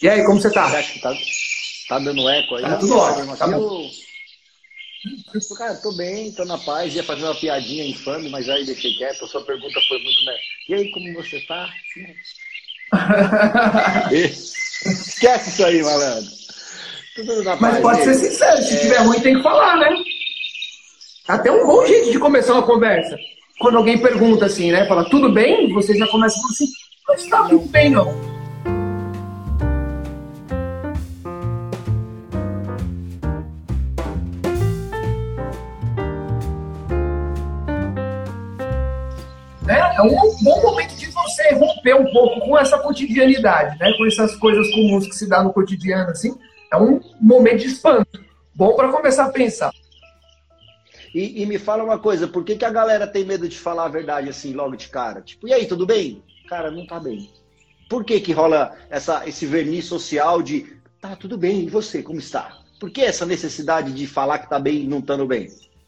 E aí, como você tá? Você acha que tá dando eco aí? Tá tudo ótimo. Tá bom. Cara, tô bem, tô na paz. Ia fazer uma piadinha infame, mas aí deixei quieto. A sua pergunta foi muito, né? E aí, como você tá? Esquece isso aí, malandro. Tudo na paz. Mas pode ser sincero, se tiver ruim tem que falar, né? Até um bom jeito de começar uma conversa. Quando alguém pergunta assim, né? Fala, tudo bem? Você já começa falando assim, não está tudo bem, não. É um bom momento de você romper um pouco com essa cotidianidade, né? Com essas coisas comuns que se dá no cotidiano, assim. É um momento de espanto. Bom para começar a pensar. E me fala uma coisa, por que a galera tem medo de falar a verdade assim logo de cara? Tipo, e aí, tudo bem? Cara, não tá bem. Por que rola esse verniz social de tá, tudo bem, e você, como está? Por que essa necessidade de falar que tá bem e não estando bem?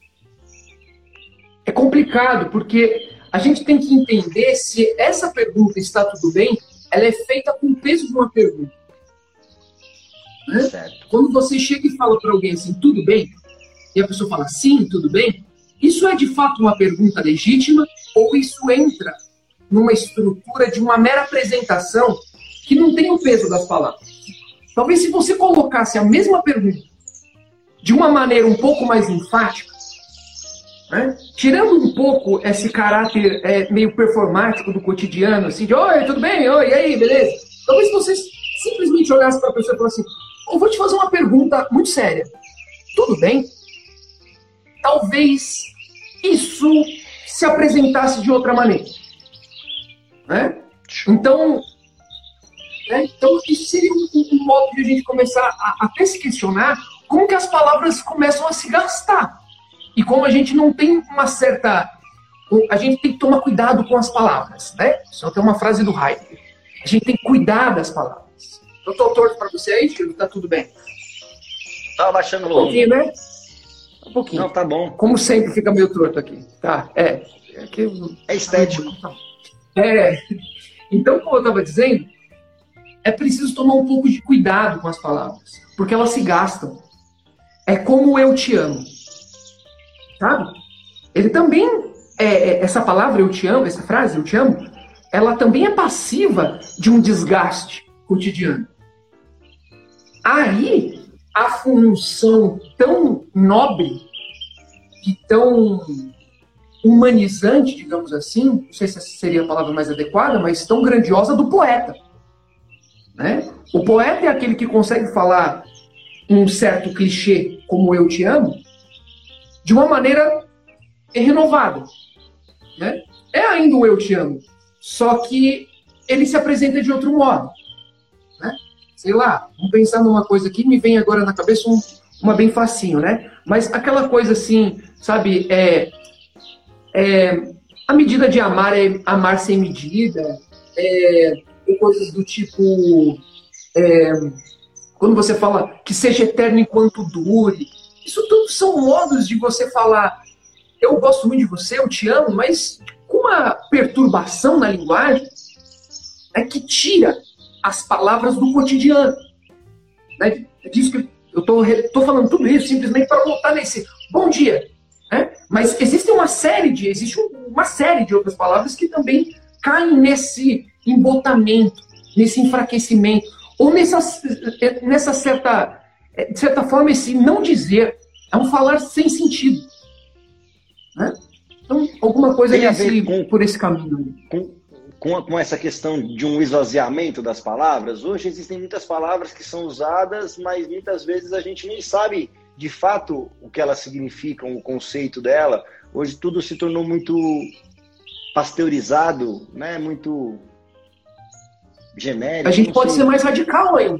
É complicado, porque a gente tem que entender se essa pergunta está tudo bem, ela é feita com o peso de uma pergunta. Né? Certo. Quando você chega e fala para alguém assim, tudo bem? E a pessoa fala, sim, tudo bem? Isso é de fato uma pergunta legítima ou isso entra numa estrutura de uma mera apresentação que não tem o peso das palavras? Talvez se você colocasse a mesma pergunta de uma maneira um pouco mais enfática, né? Tirando um pouco esse caráter meio performático do cotidiano, assim, de oi, tudo bem? Oi, e aí, beleza? Talvez você simplesmente olhasse para a pessoa e falasse assim, eu vou te fazer uma pergunta muito séria. Tudo bem? Talvez isso se apresentasse de outra maneira. Né? Então, isso seria um modo de a gente começar a até se questionar como que as palavras começam a se gastar. E como a gente não tem uma certa... A gente tem que tomar cuidado com as palavras. Né? Só tem uma frase do Heidegger. A gente tem que cuidar das palavras. Eu estou torto para você aí, Chico? Tá tudo bem? Tá abaixando um pouquinho, né? Um pouquinho. Não, tá bom. Como sempre, fica meio torto aqui. Tá, É estético. Então, como eu estava dizendo, é preciso tomar um pouco de cuidado com as palavras, porque elas se gastam. É como eu te amo. Sabe? Ele também, essa palavra eu te amo, essa frase eu te amo, ela também é passiva de um desgaste cotidiano. Aí, a função tão nobre e tão humanizante, digamos assim, não sei se essa seria a palavra mais adequada, mas tão grandiosa do poeta. Né? O poeta é aquele que consegue falar um certo clichê, como eu te amo, de uma maneira renovada. Né? É ainda o eu te amo, só que ele se apresenta de outro modo. Né? Sei lá, vamos pensar numa coisa aqui, me vem agora na cabeça uma bem facinho, né? Mas aquela coisa assim, sabe, a medida de amar é amar sem medida, coisas do tipo, quando você fala que seja eterno enquanto dure, isso tudo são modos de você falar, eu gosto muito de você, eu te amo, mas com uma perturbação na linguagem que tira as palavras do cotidiano. Né? Diz que eu estou falando tudo isso simplesmente para voltar nesse bom dia. Né? Mas existe uma série de outras palavras que também caem nesse embotamento, nesse enfraquecimento, ou nessa certa, de certa forma, esse não dizer, é um falar sem sentido. Né? Então, alguma coisa por esse caminho. Com essa questão de um esvaziamento das palavras, hoje existem muitas palavras que são usadas, mas muitas vezes a gente nem sabe de fato o que elas significam, o conceito dela. Hoje tudo se tornou muito pasteurizado, né? Muito genérico. A gente pode ser mais radical ainda.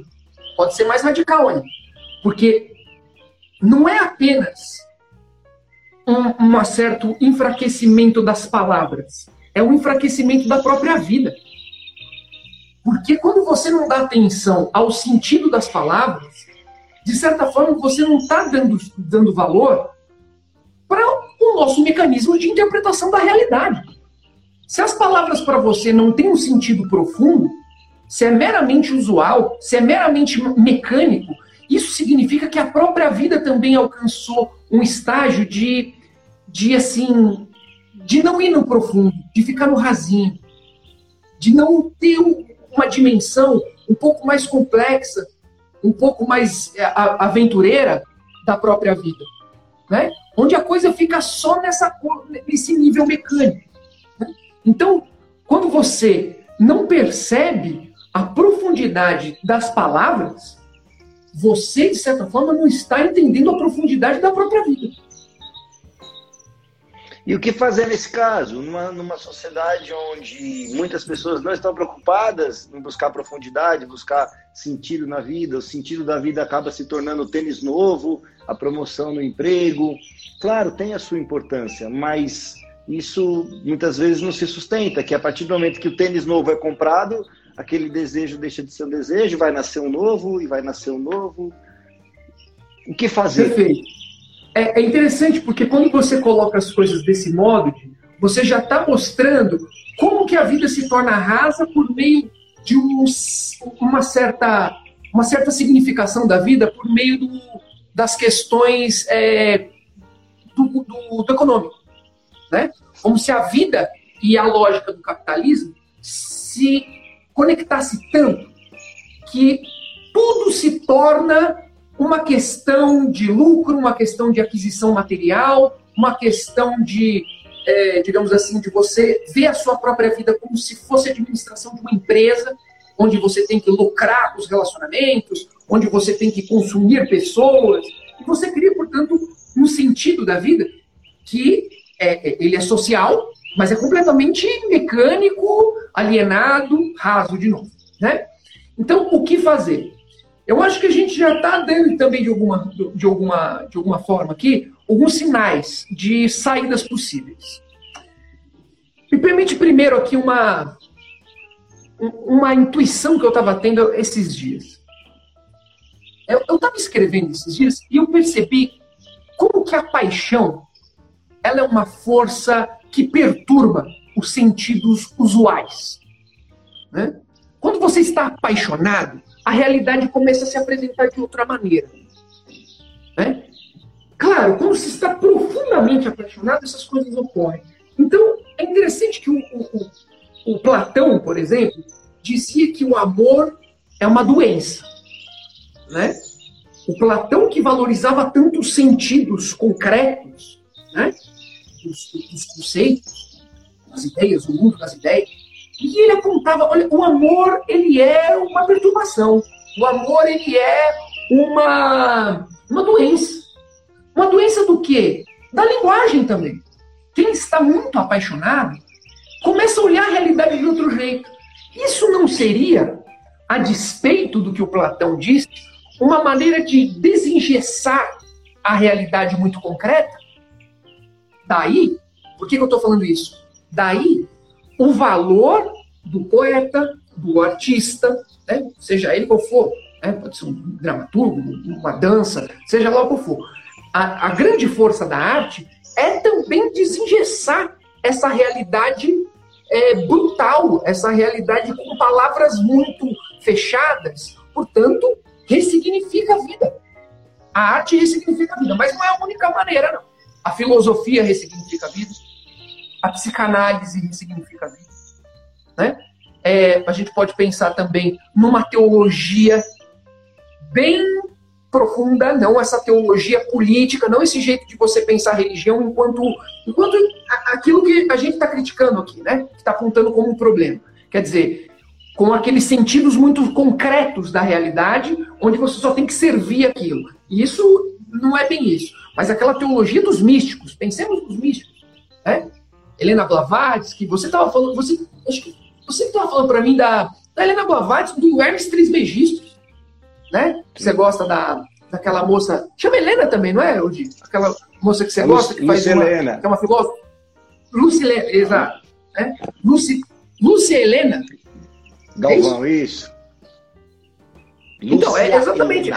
Porque não é apenas um certo enfraquecimento das palavras. É um enfraquecimento da própria vida. Porque quando você não dá atenção ao sentido das palavras, de certa forma você não está dando valor para o nosso mecanismo de interpretação da realidade. Se as palavras para você não têm um sentido profundo, se é meramente usual, se é meramente mecânico, isso significa que a própria vida também alcançou um estágio assim, de não ir no profundo, de ficar no rasinho, de não ter uma dimensão um pouco mais complexa, um pouco mais aventureira da própria vida, né? Onde a coisa fica só nesse nível mecânico, né? Então, quando você não percebe a profundidade das palavras, você, de certa forma, não está entendendo a profundidade da própria vida. E o que fazer nesse caso? Numa sociedade onde muitas pessoas não estão preocupadas em buscar profundidade, buscar sentido na vida, o sentido da vida acaba se tornando o tênis novo, a promoção no emprego. Claro, tem a sua importância, mas isso muitas vezes não se sustenta, que a partir do momento que o tênis novo é comprado, aquele desejo deixa de ser um desejo, vai nascer um novo e vai nascer um novo. O que fazer? Perfeito. É interessante porque quando você coloca as coisas desse modo, você já está mostrando como que a vida se torna rasa por meio de uma certa significação da vida, por meio das questões do econômico, né? Como se a vida e a lógica do capitalismo se conectasse tanto que tudo se torna uma questão de lucro, uma questão de aquisição material, uma questão de, digamos assim, de você ver a sua própria vida como se fosse a administração de uma empresa, onde você tem que lucrar com os relacionamentos, onde você tem que consumir pessoas, e você cria, portanto, um sentido da vida que ele é social, mas é completamente mecânico, alienado, raso de novo, né? Então, o que fazer? Eu acho que a gente já está dando também, de alguma forma aqui, alguns sinais de saídas possíveis. Me permite primeiro aqui uma intuição que eu estava tendo esses dias. Eu estava escrevendo esses dias e eu percebi como que a paixão ela é uma força que perturba os sentidos usuais, né? Quando você está apaixonado, a realidade começa a se apresentar de outra maneira, né? Claro, quando você está profundamente apaixonado, essas coisas ocorrem. Então, é interessante que o Platão, por exemplo, dizia que o amor é uma doença, né? O Platão, que valorizava tanto os sentidos concretos, né? Os conceitos, as ideias, o mundo das ideias, e ele apontava, olha, o amor, ele é uma perturbação. O amor, ele é uma doença. Uma doença do quê? Da linguagem também. Quem está muito apaixonado começa a olhar a realidade de outro jeito. Isso não seria, a despeito do que o Platão disse, uma maneira de desengessar a realidade muito concreta? Daí, por que eu estou falando isso? Daí, o valor do poeta, do artista, né? Seja ele qual for, né? Pode ser um dramaturgo, uma dança, seja lá o que for. A grande força da arte é também desengessar essa realidade brutal, essa realidade com palavras muito fechadas, portanto, ressignifica a vida. A arte ressignifica a vida, mas não é a única maneira, não. A filosofia ressignifica a vida, a psicanálise ressignifica a vida, né? A gente pode pensar também numa teologia bem profunda, não essa teologia política, não esse jeito de você pensar a religião enquanto aquilo que a gente está criticando aqui, né? Que está apontando como um problema. Quer dizer, com aqueles sentidos muito concretos da realidade, onde você só tem que servir aquilo. E isso não é bem isso. Mas aquela teologia dos místicos, pensemos nos místicos, né? Helena Blavatsky, você estava falando, acho que você estava falando para mim da Helena Blavatsky, do Hermes Trismegisto, né? Você gosta daquela moça, chama Helena também, não é, Odi? Aquela moça que você gosta, que faz Helena. Que é uma filósofa. Lúcia Helena, exato. Né? Lúcia Helena. Galvão, isso. Então, exatamente.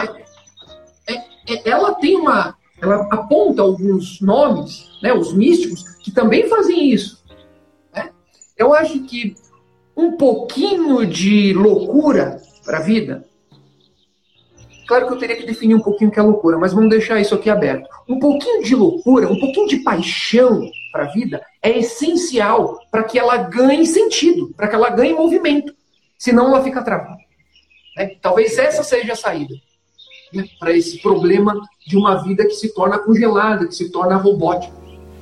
Ela tem ela aponta alguns nomes, né, os místicos, que também fazem isso, né? Eu acho que um pouquinho de loucura para a vida. Claro que eu teria que definir um pouquinho o que é loucura, mas vamos deixar isso aqui aberto. Um pouquinho de loucura, um pouquinho de paixão para a vida é essencial para que ela ganhe sentido, para que ela ganhe movimento. Senão ela fica travada. Talvez essa seja a saída, né, para esse problema de uma vida que se torna congelada, que se torna robótica.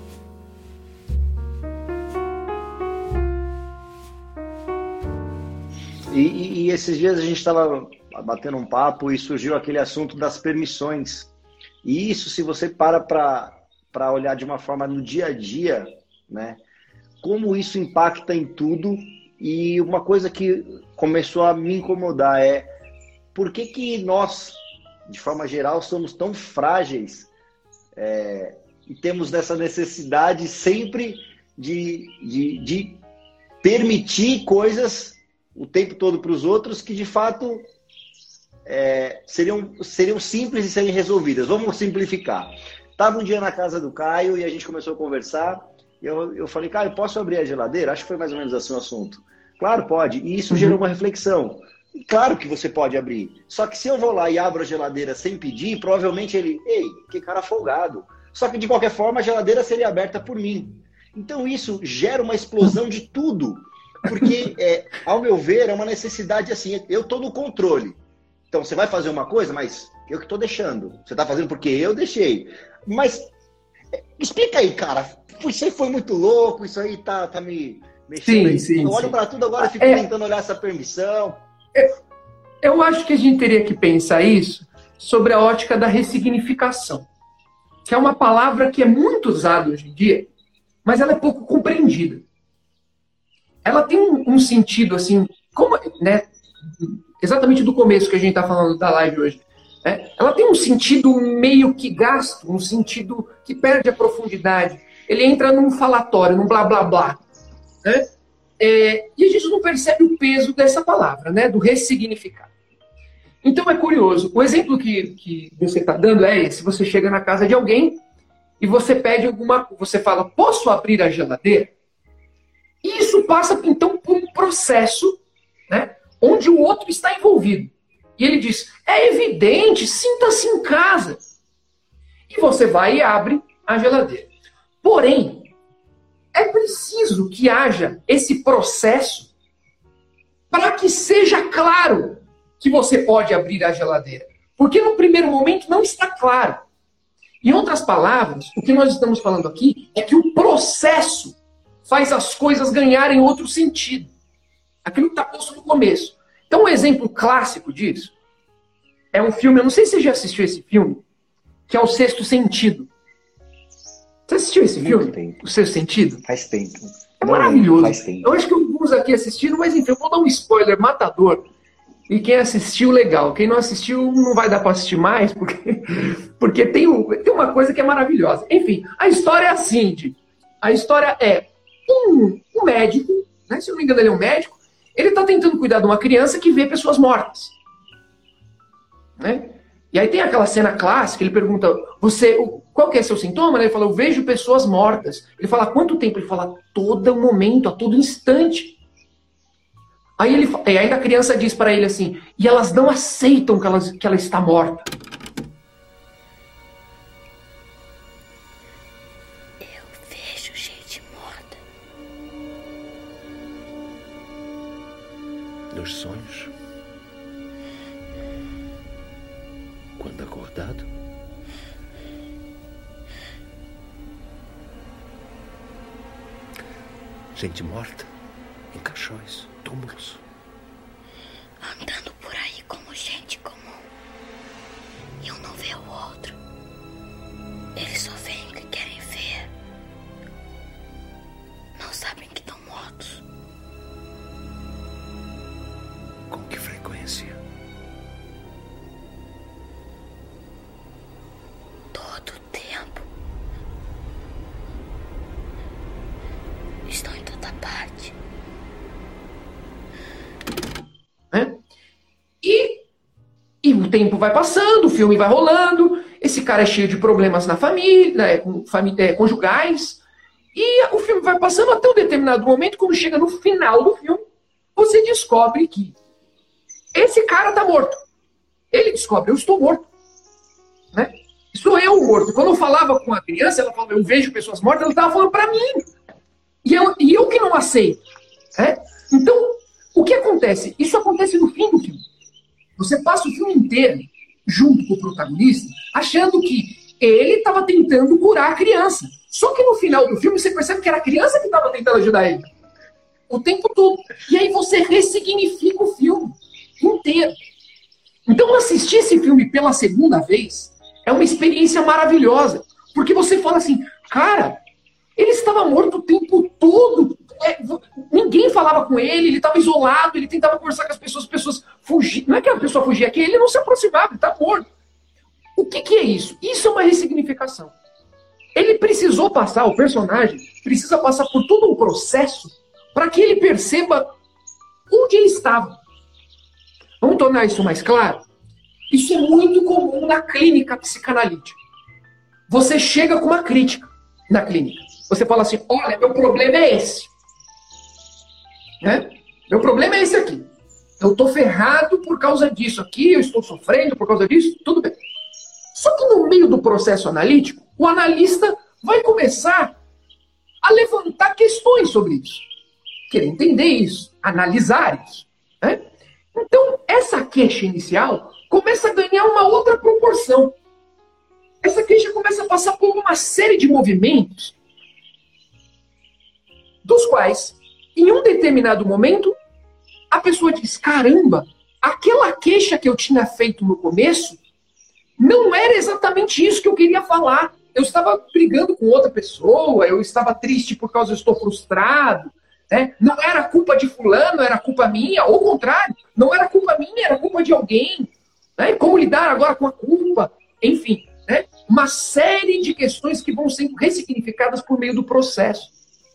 E esses dias a gente estava batendo um papo e surgiu aquele assunto das permissões. E isso, se você para olhar de uma forma no dia a dia, né, como isso impacta em tudo. E uma coisa que começou a me incomodar é por que nós, de forma geral, somos tão frágeis e temos essa necessidade sempre de permitir coisas o tempo todo para os outros que, de fato, seriam simples e serem resolvidas. Vamos simplificar. Estava um dia na casa do Caio e a gente começou a conversar. E eu falei, Caio, posso abrir a geladeira? Acho que foi mais ou menos assim o assunto. Claro, pode. E isso gerou uma reflexão. Claro que você pode abrir. Só que se eu vou lá e abro a geladeira sem pedir, provavelmente ele... Ei, que cara folgado. Só que, de qualquer forma, a geladeira seria aberta por mim. Então, isso gera uma explosão de tudo. Porque, ao meu ver, é uma necessidade assim. Eu estou no controle. Então, você vai fazer uma coisa, mas eu que estou deixando. Você está fazendo porque eu deixei. Mas, explica aí, cara. Você foi muito louco, isso aí tá me mexendo. Sim, eu olho para tudo agora e fico tentando olhar essa permissão. Eu acho que a gente teria que pensar isso sobre a ótica da ressignificação, que é uma palavra que é muito usada hoje em dia, mas ela é pouco compreendida. Ela tem um sentido, assim, como, né, exatamente do começo que a gente está falando da live hoje. Ela tem um sentido meio que gasto, um sentido que perde a profundidade. Ele entra num falatório, num blá blá blá. Né? E a gente não percebe o peso dessa palavra, né, do ressignificar. Então é curioso. O exemplo que você está dando é esse. Você chega na casa de alguém e você pede você fala, posso abrir a geladeira? E isso passa, então, por um processo, né, onde o outro está envolvido. E ele diz, é evidente, sinta-se em casa. E você vai e abre a geladeira. Porém, é preciso que haja esse processo para que seja claro que você pode abrir a geladeira. Porque no primeiro momento não está claro. Em outras palavras, o que nós estamos falando aqui é que o processo faz as coisas ganharem outro sentido. Aquilo que está posto no começo. Então, um exemplo clássico disso é um filme, eu não sei se você já assistiu esse filme, que é O Sexto Sentido. Você assistiu esse filme? Tempo. O Sexto Sentido? Faz tempo. É maravilhoso. Faz tempo. Eu acho que alguns aqui assistiram, mas enfim, eu vou dar um spoiler matador. E quem assistiu, legal. Quem não assistiu, não vai dar para assistir mais, porque tem uma coisa que é maravilhosa. Enfim, a história é assim, a história é um médico, né, se eu não me engano ele é um médico, ele está tentando cuidar de uma criança que vê pessoas mortas. Né? E aí tem aquela cena clássica, ele pergunta, qual que é seu sintoma? Ele fala, eu vejo pessoas mortas. Ele fala, há quanto tempo? Ele fala, todo momento, a todo instante. Aí a criança diz para ele assim, e elas não aceitam que ela está morta. Eu vejo gente morta. Nos sonhos? Quando acordado? Gente morta? Em caixões? Túmulos? Andando por aí como gente comum. E um não vê o outro. Eles só veem o que querem ver. Não sabem que estão mortos. Com que frequência? Todo o tempo. Estão em toda parte. E o tempo vai passando, o filme vai rolando, esse cara é cheio de problemas na família, conjugais, e o filme vai passando até um determinado momento, quando chega no final do filme, você descobre que esse cara tá morto. Ele descobre, eu estou morto. Né? Sou eu morto. Quando eu falava com a criança, ela falava, eu vejo pessoas mortas, ela estava falando para mim. E eu que não aceito. Né? Então, o que acontece? Isso acontece no fim do filme. Você passa o filme inteiro junto com o protagonista, achando que ele estava tentando curar a criança. Só que no final do filme você percebe que era a criança que estava tentando ajudar ele. O tempo todo. E aí você ressignifica o filme inteiro. Então assistir esse filme pela segunda vez é uma experiência maravilhosa. Porque você fala assim, cara, ele estava morto o tempo todo. Ninguém falava com ele estava isolado, ele tentava conversar com as pessoas fugiam. Não é que a pessoa fugia, é que ele não se aproximava, ele está morto. O que é isso? Isso é uma ressignificação. Ele precisou passar, o personagem precisa passar por todo um processo para que ele perceba onde ele estava. Vamos tornar isso mais claro? Isso é muito comum na clínica psicanalítica. Você chega com uma crítica na clínica. Você fala assim, olha, meu problema é esse. Né? Meu problema é esse aqui. Eu estou ferrado por causa disso aqui, eu estou sofrendo por causa disso, tudo bem. Só que no meio do processo analítico, o analista vai começar a levantar questões sobre isso. Querer entender isso, analisar isso. Né? Então, essa queixa inicial começa a ganhar uma outra proporção. Essa queixa começa a passar por uma série de movimentos, dos quais, em um determinado momento, a pessoa diz, caramba, aquela queixa que eu tinha feito no começo não era exatamente isso que eu queria falar. Eu estava brigando com outra pessoa, eu estava triste por causa eu estou frustrado. Né? Não era culpa de fulano, era culpa minha. Ou o contrário, não era culpa minha, era culpa de alguém. Né? Como lidar agora com a culpa? Enfim, né? Uma série de questões que vão sendo ressignificadas por meio do processo.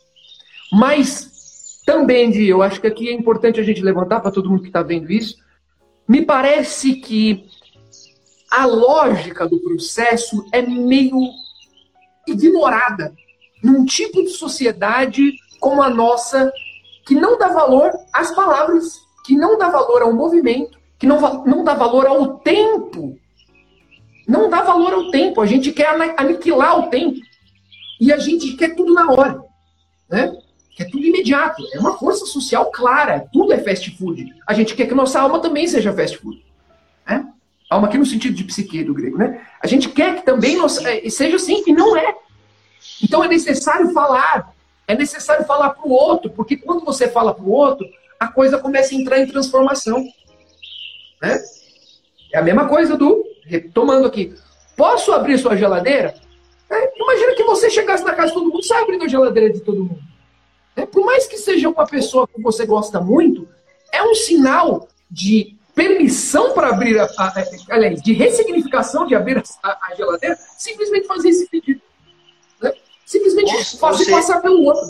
Mas também, Di, eu acho que aqui é importante a gente levantar para todo mundo que está vendo isso. Me parece que a lógica do processo é meio ignorada num tipo de sociedade como a nossa, que não dá valor às palavras, que não dá valor ao movimento, que não dá valor ao tempo. Não dá valor ao tempo. A gente quer aniquilar o tempo. E a gente quer tudo na hora. Né? Quer tudo imediato. É uma força social clara. Tudo é fast food. A gente quer que nossa alma também seja fast food. Né? Alma aqui no sentido de psique do grego. Né? A gente quer que também seja assim, e não é. Então é necessário falar. É necessário falar para o outro, porque quando você fala para o outro, a coisa começa a entrar em transformação. Né? É a mesma coisa retomando aqui, posso abrir sua geladeira? Imagina que você chegasse na casa de todo mundo, sai abrindo a geladeira de todo mundo. Por mais que seja uma pessoa que você gosta muito, é um sinal de permissão para abrir, aliás, de ressignificação de abrir a geladeira, simplesmente fazer esse pedido. Simplesmente passar pelo outro.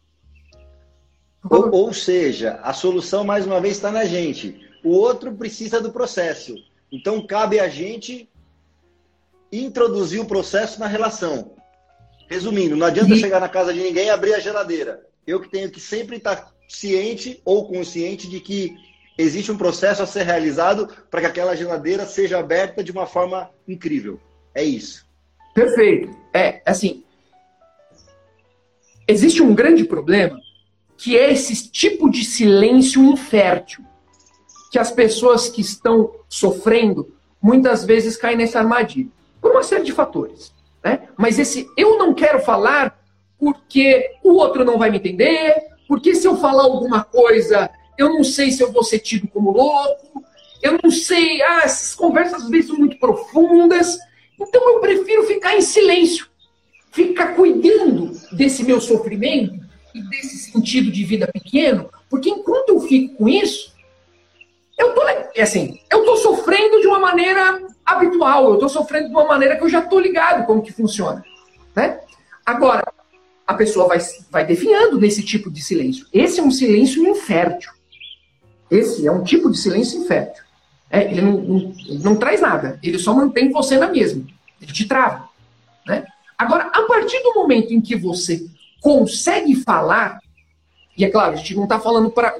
Ou seja, a solução, mais uma vez, está na gente. O outro precisa do processo. Então, cabe a gente introduzir o processo na relação. Resumindo, não adianta chegar na casa de ninguém e abrir a geladeira. Eu que tenho que sempre estar ciente ou consciente de que existe um processo a ser realizado para que aquela geladeira seja aberta de uma forma incrível. É isso. Perfeito. Assim... Existe um grande problema, que é esse tipo de silêncio infértil, que as pessoas que estão sofrendo, muitas vezes caem nessa armadilha, por uma série de fatores. Né? Mas esse eu não quero falar porque o outro não vai me entender, porque se eu falar alguma coisa, eu não sei se eu vou ser tido como louco, eu não sei, essas conversas às vezes são muito profundas, então eu prefiro ficar em silêncio. Ficar cuidando desse meu sofrimento e desse sentido de vida pequeno, porque enquanto eu fico com isso, eu tô sofrendo de uma maneira habitual, eu estou sofrendo de uma maneira que eu já estou ligado como que funciona. Né? Agora, a pessoa vai definhando nesse tipo de silêncio. Esse é um silêncio infértil. Esse é um tipo de silêncio infértil. Ele não traz nada, ele só mantém você na mesma. Ele te trava. Né? Agora, a partir do momento em que você consegue falar, e é claro, a gente não está falando para...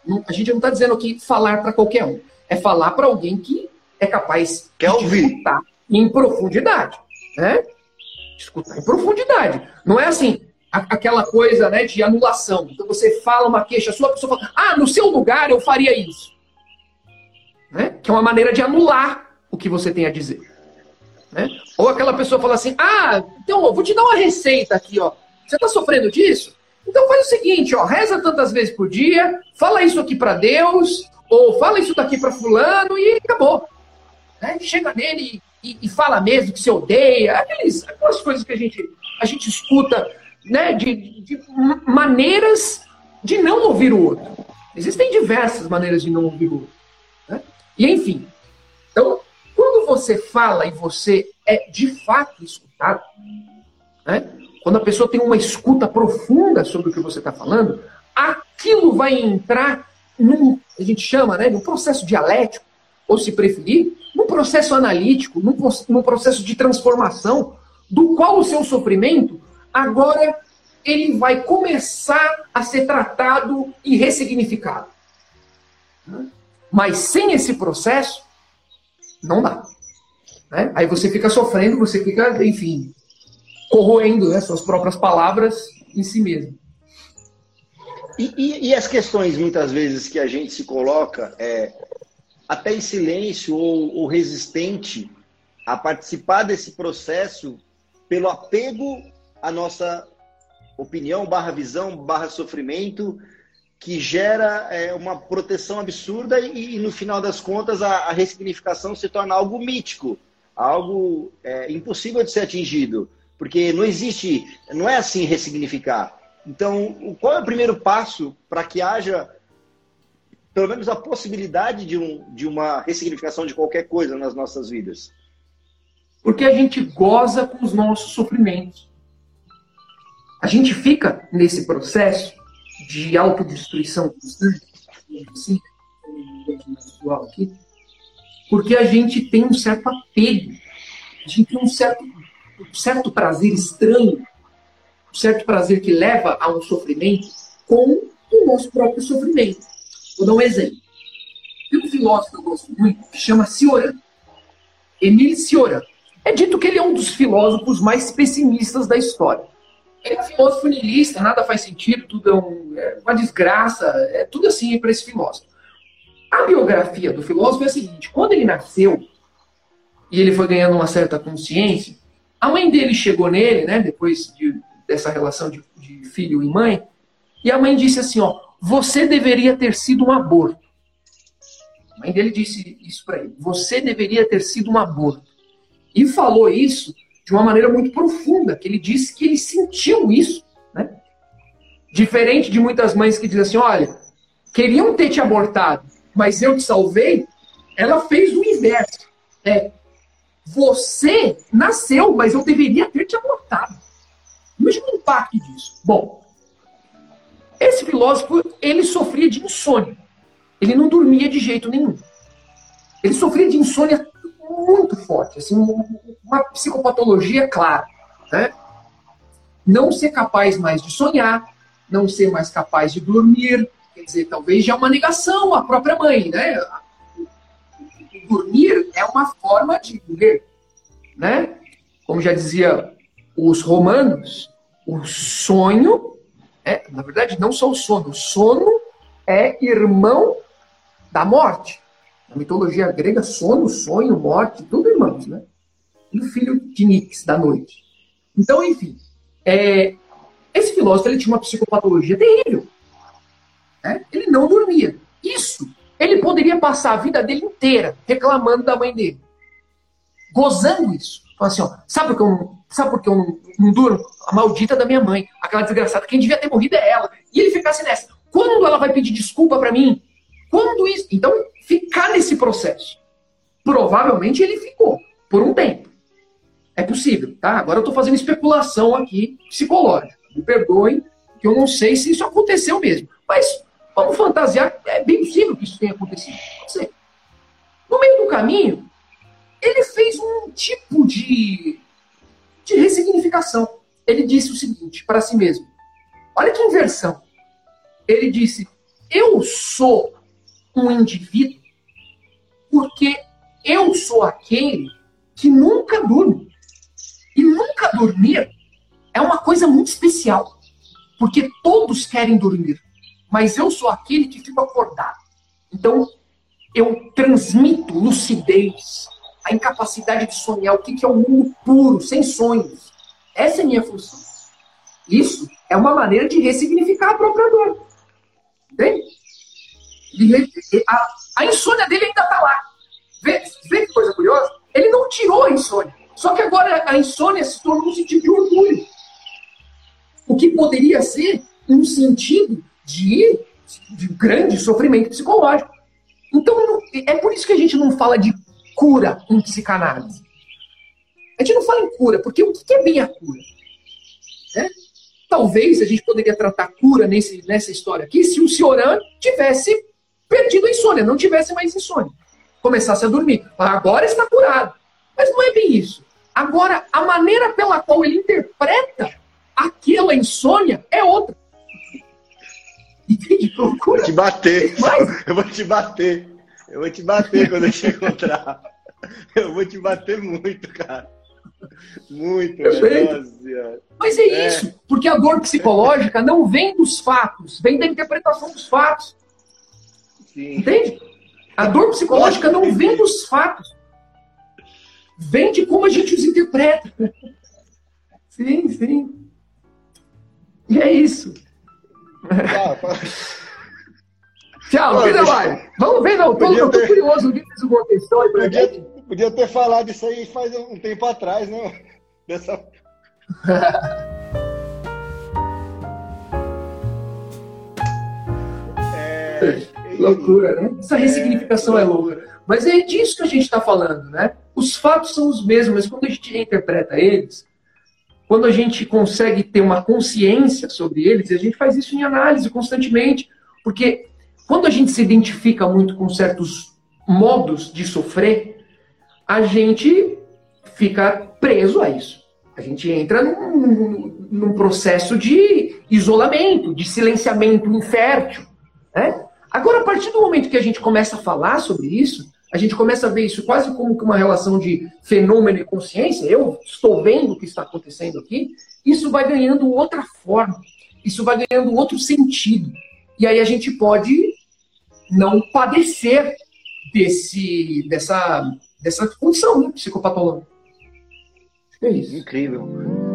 A gente não está dizendo aqui falar para qualquer um. É falar para alguém que é capaz Quer de ouvir. escutar em profundidade. Né? Escutar em profundidade. Não é assim, aquela coisa, né, de anulação. Então você fala uma queixa sua, a pessoa fala, no seu lugar eu faria isso. Né? Que é uma maneira de anular o que você tem a dizer. Né? Ou aquela pessoa fala assim, então eu vou te dar uma receita aqui, ó. Você está sofrendo disso? Então faz o seguinte, ó, reza tantas vezes por dia, fala isso aqui para Deus, ou fala isso daqui para fulano e acabou. Né? Chega nele e fala mesmo que você odeia, aquelas coisas que a gente escuta, né, de maneiras de não ouvir o outro. Existem diversas maneiras de não ouvir o outro. Né? E enfim, então, quando você fala e você é de fato escutado, né? Quando a pessoa tem uma escuta profunda sobre o que você está falando, aquilo vai entrar a gente chama, né, num processo dialético, ou se preferir, num processo analítico, num processo de transformação, do qual o seu sofrimento, agora, ele vai começar a ser tratado e ressignificado. Mas sem esse processo, não dá. Né? Aí você fica sofrendo, você fica, enfim, corroendo, né, suas próprias palavras em si mesmo. E as questões, muitas vezes, que a gente se coloca, até em silêncio ou resistente a participar desse processo pelo apego à nossa opinião, /visão, /sofrimento, que gera uma proteção absurda e, no final das contas, a ressignificação se torna algo mítico, algo impossível de ser atingido. Porque não é assim ressignificar. Então, qual é o primeiro passo para que haja, pelo menos, a possibilidade de uma ressignificação de qualquer coisa nas nossas vidas? Porque a gente goza com os nossos sofrimentos. A gente fica nesse processo de autodestruição constante, assim, porque a gente tem um certo apego, a gente tem um certo prazer estranho, um certo prazer que leva a um sofrimento com o nosso próprio sofrimento. Vou dar um exemplo. Tem um filósofo que eu gosto muito, que chama Cioran. Émile Cioran. É dito que ele é um dos filósofos mais pessimistas da história. Ele é um filósofo nihilista, nada faz sentido, tudo é uma desgraça, é tudo assim para esse filósofo. A biografia do filósofo é a seguinte: quando ele nasceu, e ele foi ganhando uma certa consciência, a mãe dele chegou nele, né, depois dessa relação de filho e mãe, e a mãe disse assim, você deveria ter sido um aborto. A mãe dele disse isso para ele, você deveria ter sido um aborto. E falou isso de uma maneira muito profunda, que ele disse que ele sentiu isso, né? Diferente de muitas mães que dizem assim, olha, queriam ter te abortado, mas eu te salvei, ela fez o inverso. Você nasceu, mas eu deveria ter te abortado. Imagina o impacto disso. Bom, esse filósofo, ele sofria de insônia. Ele não dormia de jeito nenhum. Ele sofria de insônia muito forte, assim, uma psicopatologia clara. Né? Não ser capaz mais de sonhar, não ser mais capaz de dormir, quer dizer, talvez já uma negação à própria mãe, né? Dormir é uma forma de viver, né? Como já dizia os romanos, o sonho na verdade, não só o sono é irmão da morte. Na mitologia grega, sono, sonho, morte, tudo irmãos, né? E o filho de Nix, da noite. Então, enfim, esse filósofo ele tinha uma psicopatologia terrível. Né? Ele não dormia. Isso, ele poderia passar a vida dele inteira reclamando da mãe dele. Gozando isso. Falando assim, sabe por que eu não durmo? A maldita da minha mãe. Aquela desgraçada. Quem devia ter morrido é ela. E ele ficasse nessa. Quando ela vai pedir desculpa pra mim? Quando isso? Então, ficar nesse processo. Provavelmente ele ficou. Por um tempo. É possível, tá? Agora eu tô fazendo especulação aqui psicológica. Me perdoem, que eu não sei se isso aconteceu mesmo. Mas vamos fantasiar, é bem possível que isso tenha acontecido. Não sei. No meio do caminho, ele fez um tipo de ressignificação. Ele disse o seguinte para si mesmo. Olha que inversão. Ele disse, eu sou um indivíduo porque eu sou aquele que nunca dorme. E nunca dormir é uma coisa muito especial, porque todos querem dormir, mas eu sou aquele que fica acordado. Então, eu transmito lucidez, a incapacidade de sonhar, o que é o mundo puro, sem sonhos. Essa é a minha função. Isso é uma maneira de ressignificar a própria dor. Entende? A insônia dele ainda está lá. Vê que coisa curiosa? Ele não tirou a insônia. Só que agora a insônia se tornou um sentido de orgulho. O que poderia ser um sentido de grande sofrimento psicológico. Então, é por isso que a gente não fala de cura em psicanálise. A gente não fala em cura, porque o que é bem a cura? Né? Talvez a gente poderia tratar cura nessa história aqui se o Cioran tivesse perdido a insônia, não tivesse mais insônia. Começasse a dormir. Agora está curado. Mas não é bem isso. Agora, a maneira pela qual ele interpreta aquela insônia é outra. Entende? Procura. Vou te bater. Mas... Eu vou te bater. Eu vou te bater quando eu te encontrar. Eu vou te bater muito, cara. Muito. Nossa. Mas é isso. Porque a dor psicológica não vem dos fatos, vem da interpretação dos fatos. Sim. Entende? A dor psicológica não vem dos fatos. Vem de como a gente os interpreta. Sim, sim. E é isso. Tchau, vai. Vamos ver, não. Eu tô curioso. Alguém fez uma questão aí pra gente? Podia ter falado isso aí faz um tempo atrás, né? Dessa... Loucura, né? Essa ressignificação é louca. Mas é disso que a gente está falando, né? Os fatos são os mesmos, mas quando a gente reinterpreta eles, quando a gente consegue ter uma consciência sobre eles, a gente faz isso em análise constantemente, porque quando a gente se identifica muito com certos modos de sofrer, a gente fica preso a isso. A gente entra num processo de isolamento, de silenciamento infértil, né? Agora, a partir do momento que a gente começa a falar sobre isso, a gente começa a ver isso quase como uma relação de fenômeno e consciência. Eu estou vendo o que está acontecendo aqui. Isso vai ganhando outra forma. Isso vai ganhando outro sentido. E aí a gente pode não padecer dessa condição, né, psicopatológica. É isso. Incrível.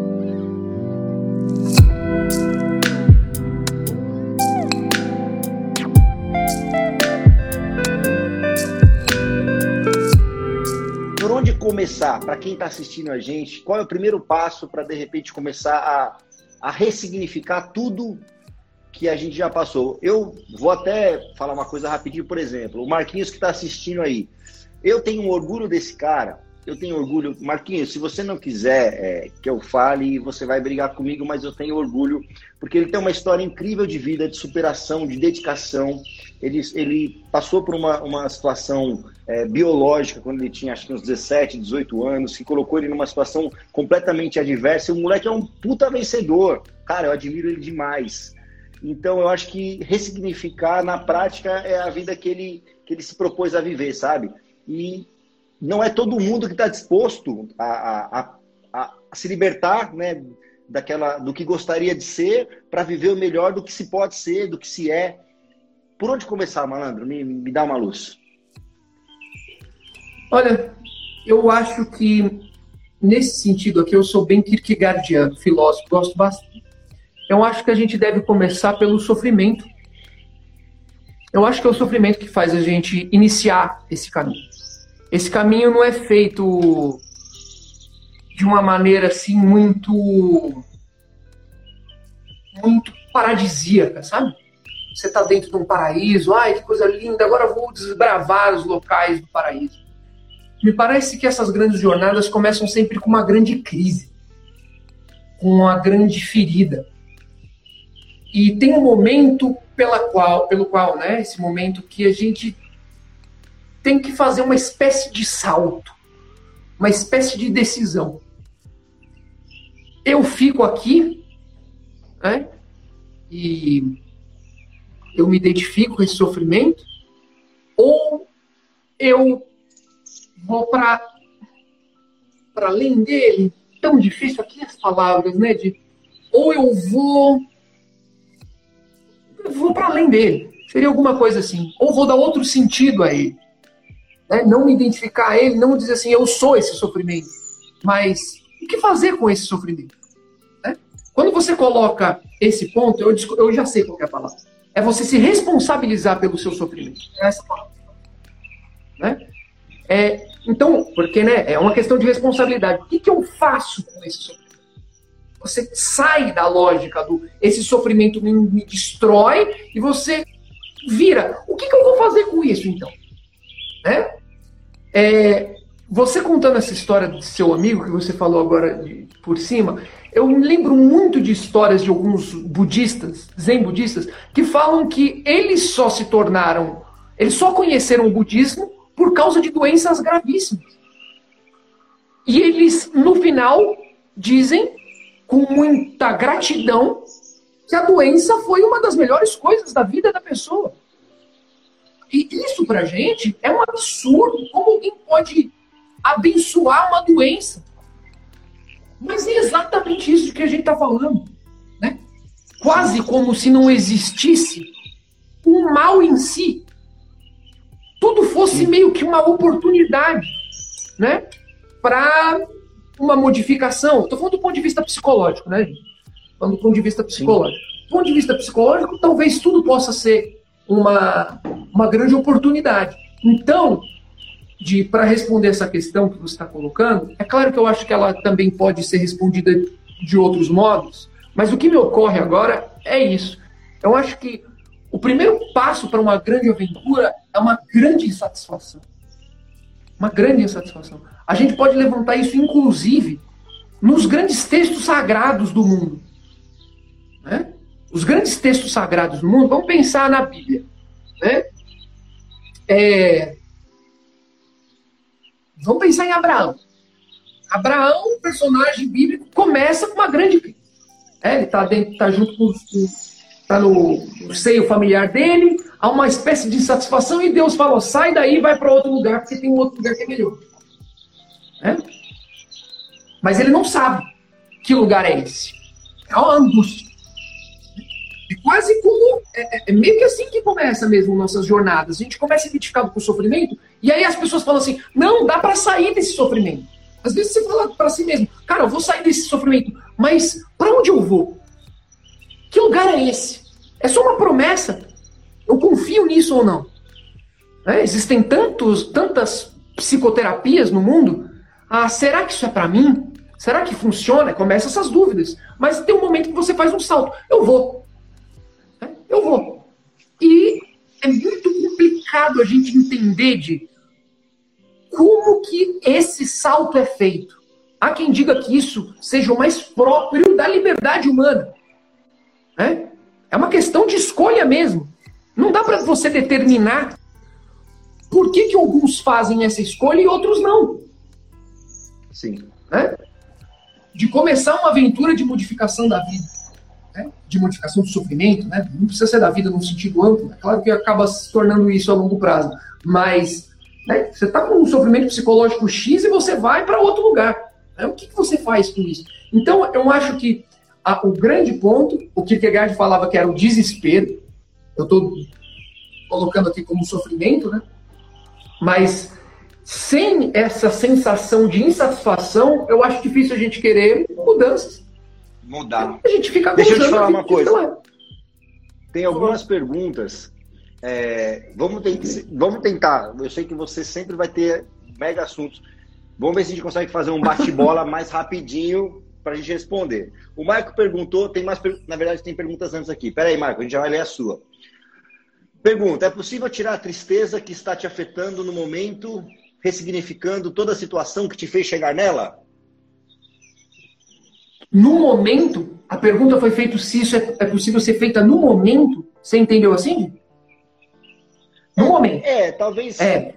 Por onde começar? Para quem está assistindo a gente, qual é o primeiro passo para, de repente, começar a ressignificar tudo que a gente já passou? Eu vou até falar uma coisa rapidinho, por exemplo, o Marquinhos que está assistindo aí. Eu tenho um orgulho desse cara, eu tenho orgulho... Marquinhos, se você não quiser que eu fale, você vai brigar comigo, mas eu tenho orgulho, porque ele tem uma história incrível de vida, de superação, de dedicação. Ele passou por uma situação biológica, quando ele tinha acho que uns 17, 18 anos, que colocou ele numa situação completamente adversa, e o moleque é um puta vencedor. Cara, eu admiro ele demais. Então, eu acho que ressignificar, na prática, é a vida que ele se propôs a viver, sabe? E não é todo mundo que está disposto a se libertar, né, do que gostaria de ser para viver o melhor do que se pode ser, do que se é. Por onde começar, malandro? Me dá uma luz. Olha, eu acho que, nesse sentido aqui, eu sou bem kierkegaardiano, filósofo, gosto bastante. Eu acho que a gente deve começar pelo sofrimento. Eu acho que é o sofrimento que faz a gente iniciar esse caminho. Esse caminho não é feito de uma maneira assim muito paradisíaca, sabe? Você está dentro de um paraíso, ai, que coisa linda, agora eu vou desbravar os locais do paraíso. Me parece que essas grandes jornadas começam sempre com uma grande crise, com uma grande ferida. E tem um momento pelo qual, né, esse momento que a gente tem que fazer uma espécie de salto, uma espécie de decisão. Eu fico aqui, né, e eu me identifico com esse sofrimento, ou eu vou para além dele. Tão difícil aqui as palavras, né? Ou eu vou para além dele. Seria alguma coisa assim. Ou vou dar outro sentido a ele. Né? Não me identificar a ele, não dizer assim, eu sou esse sofrimento. Mas o que fazer com esse sofrimento? Né? Quando você coloca esse ponto, eu já sei qual é a palavra. É você se responsabilizar pelo seu sofrimento. É essa palavra. Né? Então, porque né, é uma questão de responsabilidade. O que eu faço com esse sofrimento? Você sai da lógica do esse sofrimento me destrói e você vira. O que eu vou fazer com isso, então? Né? Você contando essa história do seu amigo, que você falou agora por cima, eu me lembro muito de histórias de alguns budistas, zen budistas, que falam que eles só conheceram o budismo por causa de doenças gravíssimas. E eles, no final, dizem, com muita gratidão, que a doença foi uma das melhores coisas da vida da pessoa. E isso, pra gente, é um absurdo. Como alguém pode abençoar uma doença? Mas é exatamente isso que a gente está falando. Né? Quase como se não existisse o mal em si. Tudo fosse meio que uma oportunidade, né, para uma modificação. Estou falando do ponto de vista psicológico, né? Falando do ponto de vista psicológico. Do ponto de vista psicológico, talvez tudo possa ser uma grande oportunidade. Então, para responder essa questão que você está colocando, é claro que eu acho que ela também pode ser respondida de outros modos, mas o que me ocorre agora é isso. Eu acho que o primeiro passo para uma grande aventura é uma grande insatisfação. Uma grande insatisfação. A gente pode levantar isso, inclusive, nos grandes textos sagrados do mundo. Né? Os grandes textos sagrados do mundo, vamos pensar na Bíblia. Né? Vamos pensar em Abraão. Abraão, um personagem bíblico, começa com uma grande crise. Ele está junto com está no seio familiar dele, há uma espécie de insatisfação e Deus fala, sai daí e vai para outro lugar, porque tem um outro lugar que é melhor. Mas ele não sabe que lugar é esse. É uma angústia. É quase como... É meio que assim que começa mesmo nossas jornadas. A gente começa identificado com o sofrimento e aí as pessoas falam assim, não, dá para sair desse sofrimento. Às vezes você fala para si mesmo, cara, eu vou sair desse sofrimento, mas para onde eu vou? Que lugar é esse? É só uma promessa. Eu confio nisso ou não? Existem tantas psicoterapias no mundo. Será que isso é para mim? Será que funciona? Começa essas dúvidas. Mas tem um momento que você faz um salto. Eu vou. Eu vou. E é muito complicado a gente entender de como que esse salto é feito. Há quem diga que isso seja o mais próprio da liberdade humana. É uma questão de escolha mesmo. Não dá para você determinar por que alguns fazem essa escolha e outros não. Sim. De começar uma aventura de modificação da vida. De modificação do sofrimento. Não precisa ser da vida num sentido amplo. É claro que acaba se tornando isso a longo prazo. Mas você está com um sofrimento psicológico X e você vai para outro lugar. O que você faz com isso? Então, eu acho que o grande ponto, o Kierkegaard falava que era o desespero, eu estou colocando aqui como sofrimento, né? Mas sem essa sensação de insatisfação, eu acho difícil a gente querer mudanças. Mudar. A gente fica Deixa eu te falar uma coisa. Lá. Tem algumas perguntas. Vamos tentar. Eu sei que você sempre vai ter mega assuntos. Vamos ver se a gente consegue fazer um bate-bola mais rapidinho para a gente responder. O Marco perguntou, na verdade tem perguntas antes aqui. Pera aí, Marco, a gente já vai ler a sua. Pergunta, é possível tirar a tristeza que está te afetando no momento, ressignificando toda a situação que te fez chegar nela? No momento, a pergunta foi feita se isso é possível ser feita no momento. Você entendeu assim? No momento. Talvez...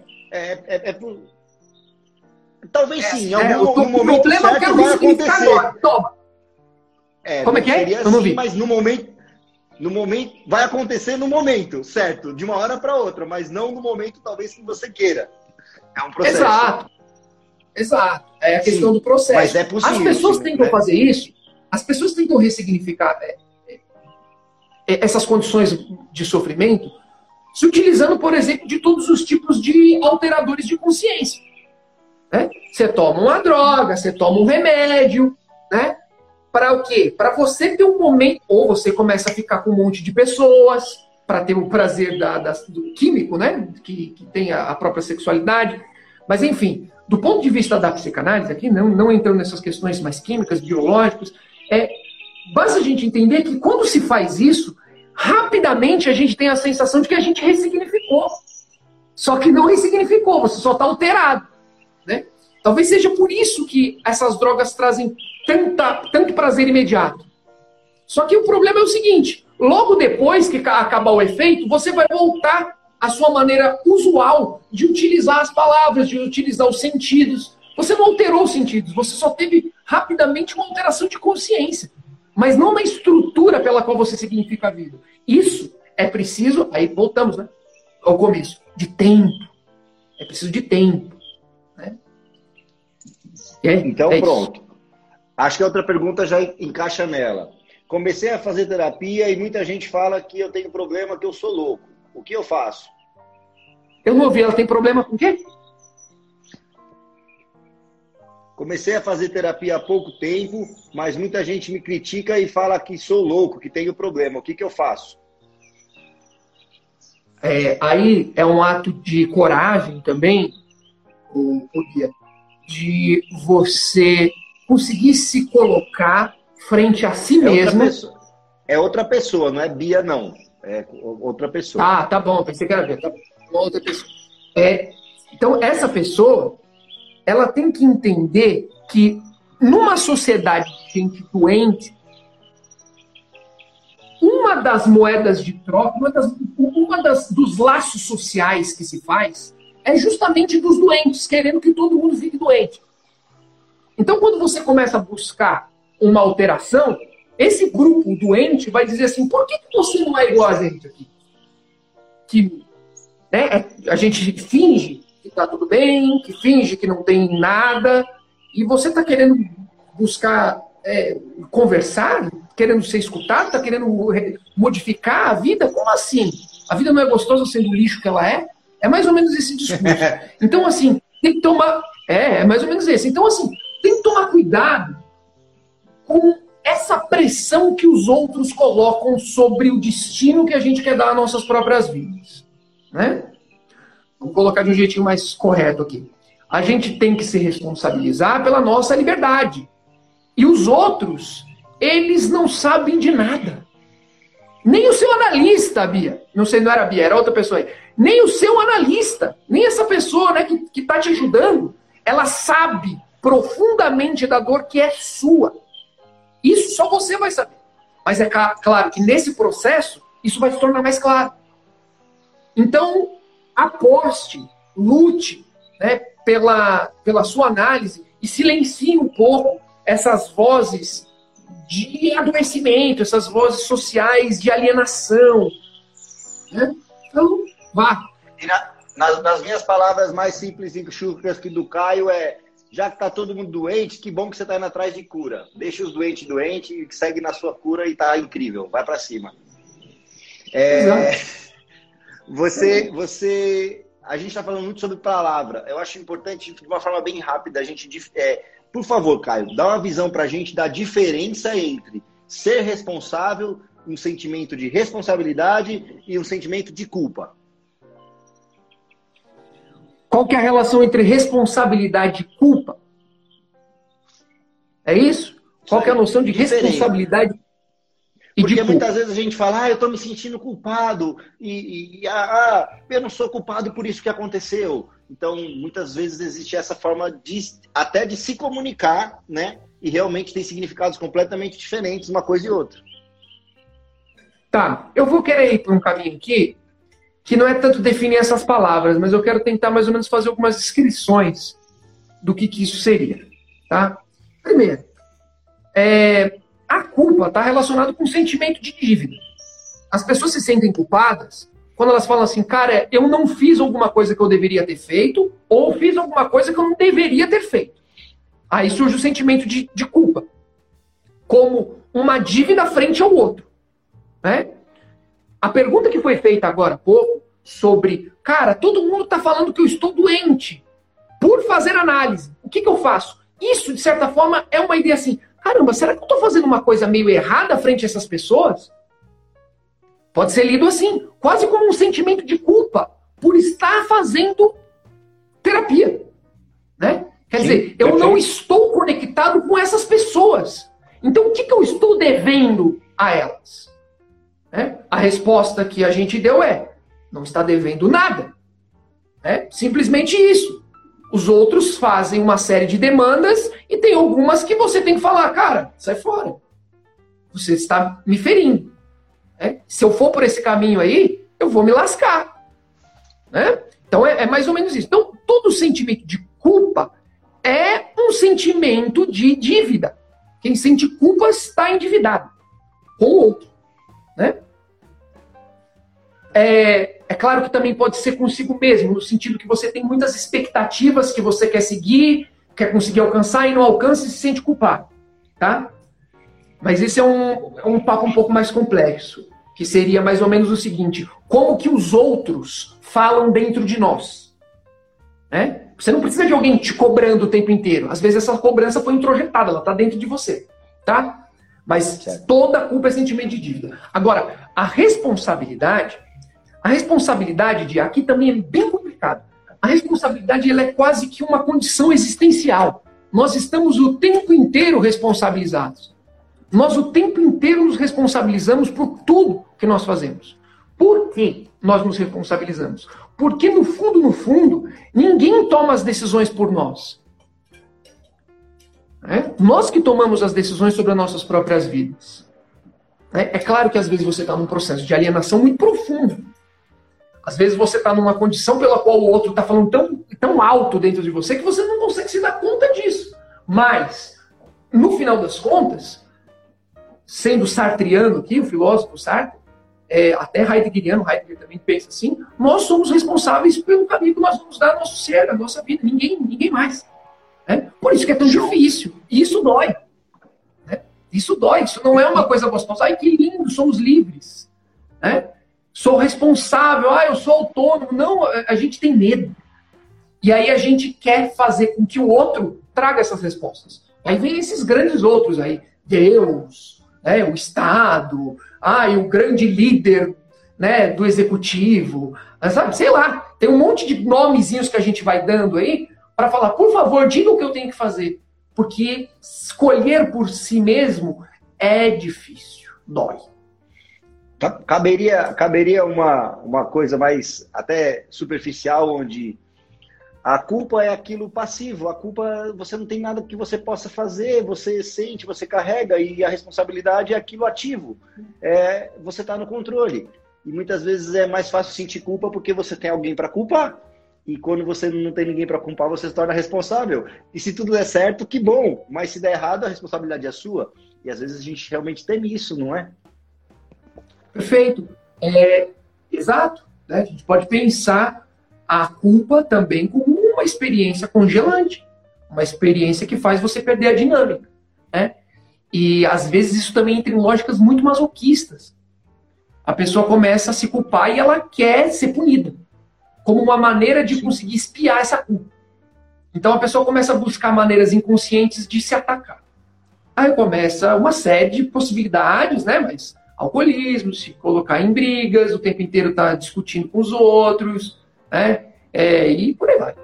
Talvez sim, em algum o momento problema certo eu quero vai ressignificar acontecer. agora. Toma. Como é que é? Seria Eu não vi. Mas no momento... No momento, vai acontecer no momento, certo? De uma hora para outra, mas não no momento talvez que você queira. É um processo. Exato. É a questão do processo. Mas é possível. As pessoas tentam fazer isso, as pessoas tentam ressignificar essas condições de sofrimento se utilizando, por exemplo, de todos os tipos de alteradores de consciência. Né? Você toma uma droga, você toma um remédio, né? Para o quê? Para você ter um momento, ou você começa a ficar com um monte de pessoas, para ter o prazer do químico, né? Que tem a própria sexualidade. Mas, enfim, do ponto de vista da psicanálise, aqui, não entrando nessas questões mais químicas, biológicas, basta a gente entender que quando se faz isso, rapidamente a gente tem a sensação de que a gente ressignificou. Só que não ressignificou, você só está alterado. Né? Talvez seja por isso que essas drogas trazem tanto prazer imediato. Só que o problema é o seguinte, logo depois que acabar o efeito, você vai voltar à sua maneira usual de utilizar as palavras, de utilizar os sentidos. Você não alterou os sentidos, você só teve rapidamente uma alteração de consciência, mas não na estrutura pela qual você significa a vida. Isso é preciso, aí voltamos, né, ao começo, de tempo. É preciso de tempo. Né? Então, pronto. Acho que a outra pergunta já encaixa nela. Comecei a fazer terapia e muita gente fala que eu tenho problema, que eu sou louco. O que eu faço? Eu não ouvi, ela tem problema com o quê? Comecei a fazer terapia há pouco tempo, mas muita gente me critica e fala que sou louco, que tenho problema. O que eu faço? Aí é um ato de coragem também, Guia, de você conseguir se colocar frente a si mesmo. É outra pessoa, não é Bia, não. É outra pessoa. Tá bom, pensei que era Bia. Tá bom. Outra pessoa. Então, essa pessoa, ela tem que entender que numa sociedade de gente doente, uma das moedas de troca, dos laços sociais que se faz, é justamente dos doentes, querendo que todo mundo fique doente. Então, quando você começa a buscar uma alteração, esse grupo doente vai dizer assim, por que você não é igual a gente aqui? Que, né, a gente finge que está tudo bem, que finge que não tem nada, e você está querendo buscar conversar, querendo ser escutado, está querendo modificar a vida? Como assim? A vida não é gostosa sendo o lixo que ela é? É mais ou menos esse discurso. Então, assim, tem que tomar... É mais ou menos esse. Então, assim, tem que tomar cuidado com essa pressão que os outros colocam sobre o destino que a gente quer dar às nossas próprias vidas. Né? Vou colocar de um jeitinho mais correto aqui. A gente tem que se responsabilizar pela nossa liberdade. E os outros, eles não sabem de nada. Nem o seu analista, Bia. Não sei, não era a Bia, era outra pessoa aí. Nem o seu analista, nem essa pessoa, né, que está te ajudando, ela sabe profundamente da dor que é sua. Isso só você vai saber. Mas é claro que nesse processo, isso vai se tornar mais claro. Então, aposte, lute, né, pela sua análise e silencie um pouco essas vozes de adoecimento, essas vozes sociais de alienação. Né? Então, vá. E nas minhas palavras mais simples e chucras que do Caio já que tá todo mundo doente, que bom que você tá indo atrás de cura. Deixa os doentes e segue na sua cura e tá incrível. Vai para cima. A gente tá falando muito sobre palavra. Eu acho importante, de uma forma bem rápida, a gente... por favor, Caio, dá uma visão pra gente da diferença entre ser responsável, um sentimento de responsabilidade e um sentimento de culpa. Qual que é a relação entre responsabilidade e culpa? É isso? Qual que é a noção de responsabilidade e de culpa? Porque muitas vezes a gente fala, eu estou me sentindo culpado, eu não sou culpado por isso que aconteceu. Então, muitas vezes existe essa forma até de se comunicar, né? E realmente tem significados completamente diferentes uma coisa e outra. Tá, eu vou querer ir por um caminho aqui, que não é tanto definir essas palavras, mas eu quero tentar mais ou menos fazer algumas descrições do que isso seria. Tá? Primeiro, a culpa está relacionada com o sentimento de dívida. as pessoas se sentem culpadas quando elas falam assim, cara, eu não fiz alguma coisa que eu deveria ter feito, ou fiz alguma coisa que eu não deveria ter feito. Aí surge o sentimento de culpa, como uma dívida frente ao outro. Né? A pergunta que foi feita agora há pouco, sobre, cara, todo mundo está falando que eu estou doente por fazer análise. O que eu faço? Isso, de certa forma, é uma ideia assim, caramba, será que eu estou fazendo uma coisa meio errada frente a essas pessoas? Pode ser lido assim, quase como um sentimento de culpa por estar fazendo terapia. Né? Quer dizer, eu não estou conectado com essas pessoas. Então, o que eu estou devendo a elas? Né? A resposta que a gente deu é, não está devendo nada. Né? Simplesmente isso. Os outros fazem uma série de demandas e tem algumas que você tem que falar, cara, sai fora. Você está me ferindo. Se eu for por esse caminho aí, eu vou me lascar. Né? Então é mais ou menos isso. Então, todo sentimento de culpa é um sentimento de dívida. Quem sente culpa está endividado com o outro. Né? É claro que também pode ser consigo mesmo, no sentido que você tem muitas expectativas que você quer seguir, quer conseguir alcançar e não alcança e se sente culpado. Tá? Mas esse é um papo um pouco mais complexo, que seria mais ou menos o seguinte, como que os outros falam dentro de nós? Né? Você não precisa de alguém te cobrando o tempo inteiro. Às vezes essa cobrança foi introjetada, ela está dentro de você. Tá? Mas toda culpa é sentimento de dívida. Agora, a responsabilidade aqui também é bem complicado. A responsabilidade ela é quase que uma condição existencial. Nós estamos o tempo inteiro responsabilizados. Nós o tempo inteiro nos responsabilizamos por tudo que nós fazemos. Por que nós nos responsabilizamos? Porque no fundo, ninguém toma as decisões por nós. Nós que tomamos as decisões sobre as nossas próprias vidas. É claro que às vezes você está num processo de alienação muito profundo. Às vezes você está numa condição pela qual o outro está falando tão alto dentro de você que você não consegue se dar conta disso. Mas, no final das contas, sendo sartriano aqui, o filósofo Sartre, até Heideggeriano, Heidegger também pensa assim, nós somos responsáveis pelo caminho que nós vamos dar ao nosso ser, à nossa vida, ninguém mais. Por isso que é tão difícil. E isso dói. Isso dói, isso não é uma coisa gostosa. Ai, que lindo, somos livres. Sou responsável, eu sou autônomo. Não, a gente tem medo. E aí a gente quer fazer com que o outro traga essas respostas. Aí vem esses grandes outros aí. Deus, o Estado, o grande líder, né, do executivo. Sabe, sei lá, tem um monte de nomezinhos que a gente vai dando aí para falar, por favor, diga o que eu tenho que fazer. Porque escolher por si mesmo é difícil, dói. Caberia uma coisa mais até superficial, onde a culpa é aquilo passivo. A culpa, você não tem nada que você possa fazer, você sente, você carrega, e a responsabilidade é aquilo ativo. Você está no controle. E muitas vezes é mais fácil sentir culpa porque você tem alguém para culpar. E quando você não tem ninguém para culpar, você se torna responsável. E se tudo der certo, que bom. Mas se der errado, a responsabilidade é sua. E às vezes a gente realmente teme isso, não é? Perfeito. Exato. Né? A gente pode pensar a culpa também como uma experiência congelante. Uma experiência que faz você perder a dinâmica. Né? E às vezes isso também entra em lógicas muito masoquistas. A pessoa começa a se culpar e ela quer ser punida. Como uma maneira de conseguir espiar essa culpa. Então a pessoa começa a buscar maneiras inconscientes de se atacar. Aí começa uma série de possibilidades, né? Mas alcoolismo, se colocar em brigas, o tempo inteiro estar discutindo com os outros, né? E por aí vai.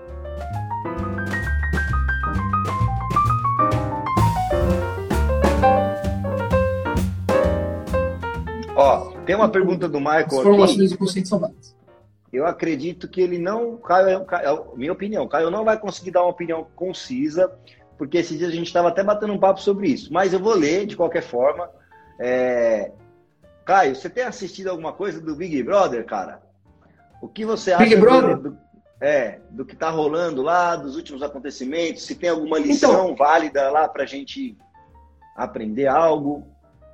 Ó, tem uma pergunta do Michael aqui. As formulações inconscientes são várias. Eu acredito que ele não... minha opinião, Caio não vai conseguir dar uma opinião concisa, porque esses dias a gente estava até batendo um papo sobre isso. Mas eu vou ler, de qualquer forma. Caio, você tem assistido alguma coisa do Big Brother, cara? O que você acha Big Brother? do que está rolando lá, dos últimos acontecimentos? Se tem alguma lição válida lá para a gente aprender algo?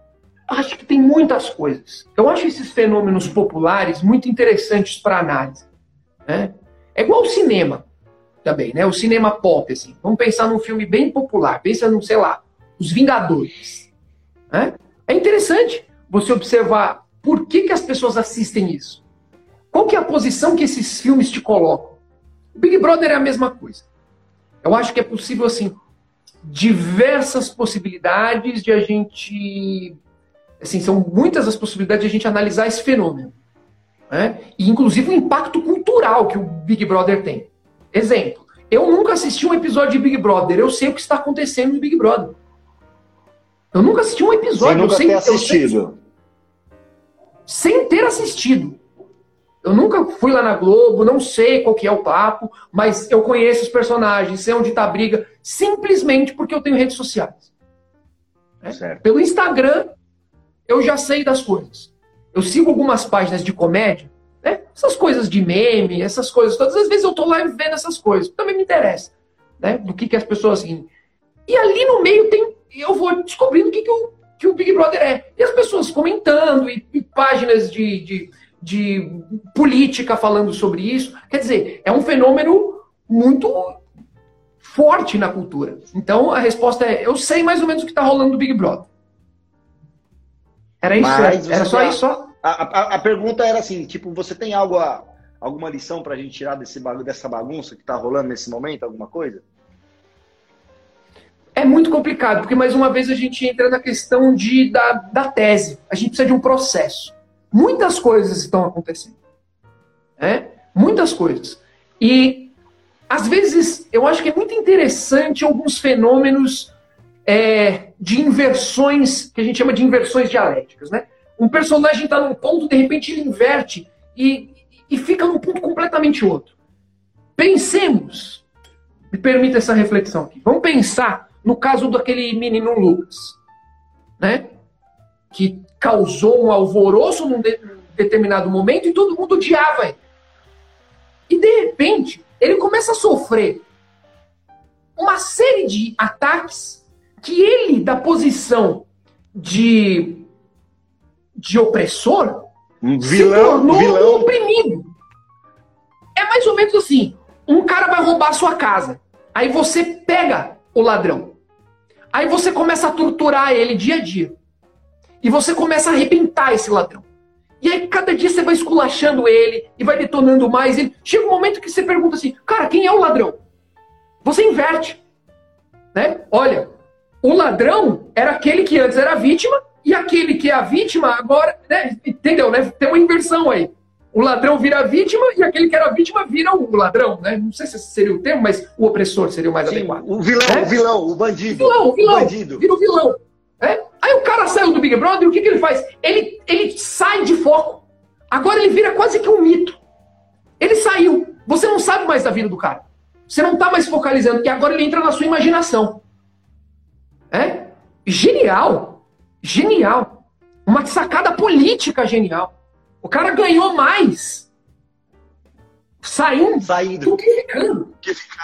acho que tem muitas coisas. Eu acho esses fenômenos populares muito interessantes para análise. Né? É igual o cinema também, né? O cinema pop, assim. Vamos pensar num filme bem popular. Pensa no, sei lá, Os Vingadores. Né? É interessante você observar por que as pessoas assistem isso. Qual que é a posição que esses filmes te colocam? O Big Brother é a mesma coisa. Eu acho que é possível, assim, diversas possibilidades de a gente... Assim, são muitas as possibilidades de a gente analisar esse fenômeno. Né? E, inclusive, o impacto cultural que o Big Brother tem. Exemplo, eu nunca assisti um episódio de Big Brother. Eu sei o que está acontecendo no Big Brother. Eu nunca assisti um episódio. Sem nunca ter assistido. Sem ter assistido. Eu nunca fui lá na Globo, não sei qual que é o papo, mas eu conheço os personagens, sei onde está a briga, simplesmente porque eu tenho redes sociais. Né? Pelo Instagram, eu já sei das coisas. Eu sigo algumas páginas de comédia, né? Essas coisas de meme, essas coisas todas. Às vezes eu tô lá vendo essas coisas, também me interessa, né? Do que as pessoas riem. E ali no meio eu vou descobrindo o que o Big Brother é. E as pessoas comentando, e páginas de política falando sobre isso. Quer dizer, é um fenômeno muito forte na cultura. Então, a resposta é, eu sei mais ou menos o que está rolando no Big Brother. Era isso, era só isso. A pergunta era assim, tipo, você tem alguma lição pra gente tirar dessa bagunça que tá rolando nesse momento, alguma coisa? É muito complicado, porque mais uma vez a gente entra na questão da tese. A gente precisa de um processo. Muitas coisas estão acontecendo. Né? Muitas coisas. E, às vezes, eu acho que é muito interessante alguns fenômenos de inversões, que a gente chama de inversões dialéticas. Né? Um personagem está num ponto, de repente ele inverte e fica num ponto completamente outro. Pensemos, me permita essa reflexão aqui. Vamos pensar no caso daquele menino Lucas, né? Que causou um alvoroço num determinado momento e todo mundo odiava ele. E, de repente, ele começa a sofrer uma série de ataques que ele, da posição de opressor, se tornou oprimido. É mais ou menos assim, um cara vai roubar a sua casa, aí você pega o ladrão, aí você começa a torturar ele dia a dia. E você começa a arrebentar esse ladrão. E aí, cada dia você vai esculachando ele e vai detonando mais ele. Chega um momento que você pergunta assim, cara, quem é o ladrão? Você inverte. Né? Olha, o ladrão era aquele que antes era vítima e aquele que é a vítima agora... Né? Entendeu? Né? Tem uma inversão aí. O ladrão vira a vítima e aquele que era vítima vira o ladrão. Né? Não sei se esse seria o termo, mas o opressor seria o mais adequado. O vilão, né? O vilão, o bandido. O bandido. Vira o vilão. Aí o cara saiu do Big Brother e o que ele faz? Ele sai de foco. Agora ele vira quase que um mito. Ele saiu. Você não sabe mais da vida do cara. Você não está mais focalizando. E agora ele entra na sua imaginação. Genial. Genial. Uma sacada política genial. O cara ganhou mais saindo do que ficando.